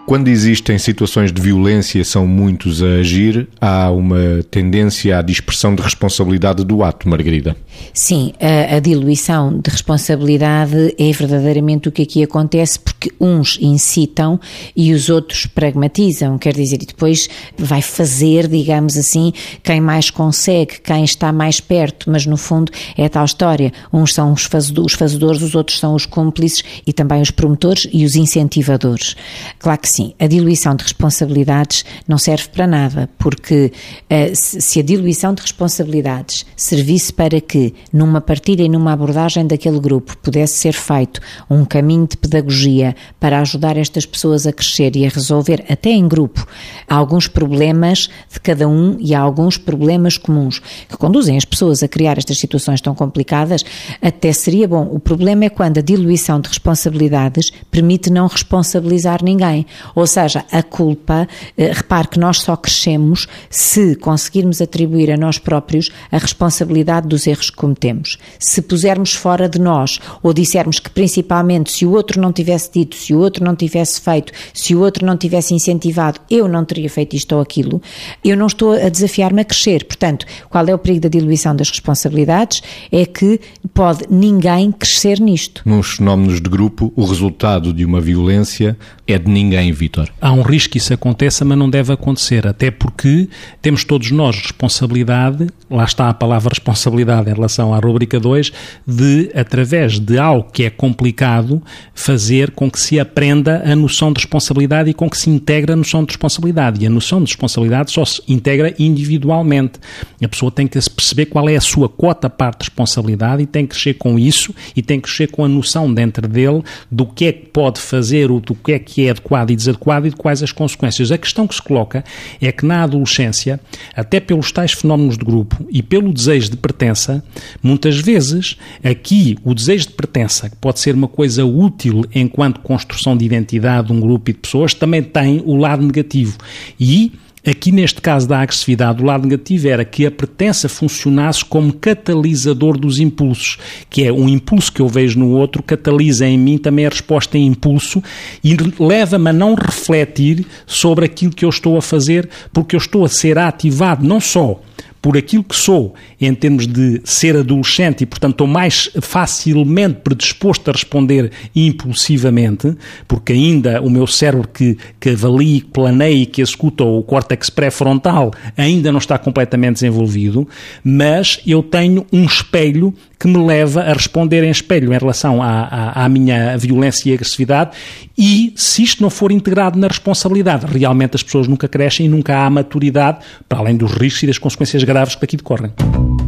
Quando existem situações de violência, são muitos a agir, há uma tendência à dispersão de responsabilidade do ato, Margarida. Sim, a diluição de responsabilidade é verdadeiramente o que aqui acontece, porque uns incitam e os outros pragmatizam, quer dizer, e depois vai fazer, digamos assim, quem mais consegue, quem está mais perto, mas no fundo é a tal história, uns são os fazedores, os outros são os cúmplices e também os promotores e os incentivadores. Claro que sim, a diluição de responsabilidades não serve para nada, porque se a diluição de responsabilidades servisse para que numa partilha e numa abordagem daquele grupo pudesse ser feito um caminho de pedagogia para ajudar estas pessoas a crescer e a resolver, até em grupo, alguns problemas de cada um e alguns problemas comuns que conduzem as pessoas a criar estas situações tão complicadas, até seria bom. O problema é quando a diluição de responsabilidades permite não responsabilizar ninguém, ou seja, a culpa, repare que nós só crescemos se conseguirmos atribuir a nós próprios a responsabilidade dos erros que cometemos. Se pusermos fora de nós ou dissermos que principalmente se o outro não tivesse dito, se o outro não tivesse feito, se o outro não tivesse incentivado, eu não teria feito isto ou aquilo, eu não estou a desafiar-me a crescer. Portanto, qual é o perigo da diluição das responsabilidades? É que pode ninguém crescer nisto. Nos fenómenos de grupo, o resultado de uma violência é de ninguém, Vítor. Há um risco que isso aconteça, mas não deve acontecer, até porque temos todos nós responsabilidade, lá está a palavra responsabilidade em relação à rubrica 2, de, através de algo que é complicado, fazer com que se aprenda a noção de responsabilidade e com que se integre a noção de responsabilidade. E a noção de responsabilidade só se integra individualmente. A pessoa tem que perceber qual é a sua quota-parte de responsabilidade e tem que crescer com isso e tem que crescer com a noção dentro dele do que é que pode fazer, do que é adequado e desadequado e de quais as consequências. A questão que se coloca é que na adolescência, até pelos tais fenómenos de grupo e pelo desejo de pertença, muitas vezes aqui o desejo de pertença, que pode ser uma coisa útil enquanto construção de identidade de um grupo e de pessoas, também tem o lado negativo. E aqui, neste caso da agressividade, o lado negativo era que a pertença funcionasse como catalisador dos impulsos, que é um impulso que eu vejo no outro, catalisa em mim também a resposta em impulso e leva-me a não refletir sobre aquilo que eu estou a fazer, porque eu estou a ser ativado não só por aquilo que sou, em termos de ser adolescente e, portanto, estou mais facilmente predisposto a responder impulsivamente, porque ainda o meu cérebro que avalia, que planeia e que executa o córtex pré-frontal ainda não está completamente desenvolvido, mas eu tenho um espelho que me leva a responder em espelho em relação à minha violência e agressividade, e se isto não for integrado na responsabilidade, realmente as pessoas nunca crescem e nunca há maturidade, para além dos riscos e das consequências graves que daqui decorrem.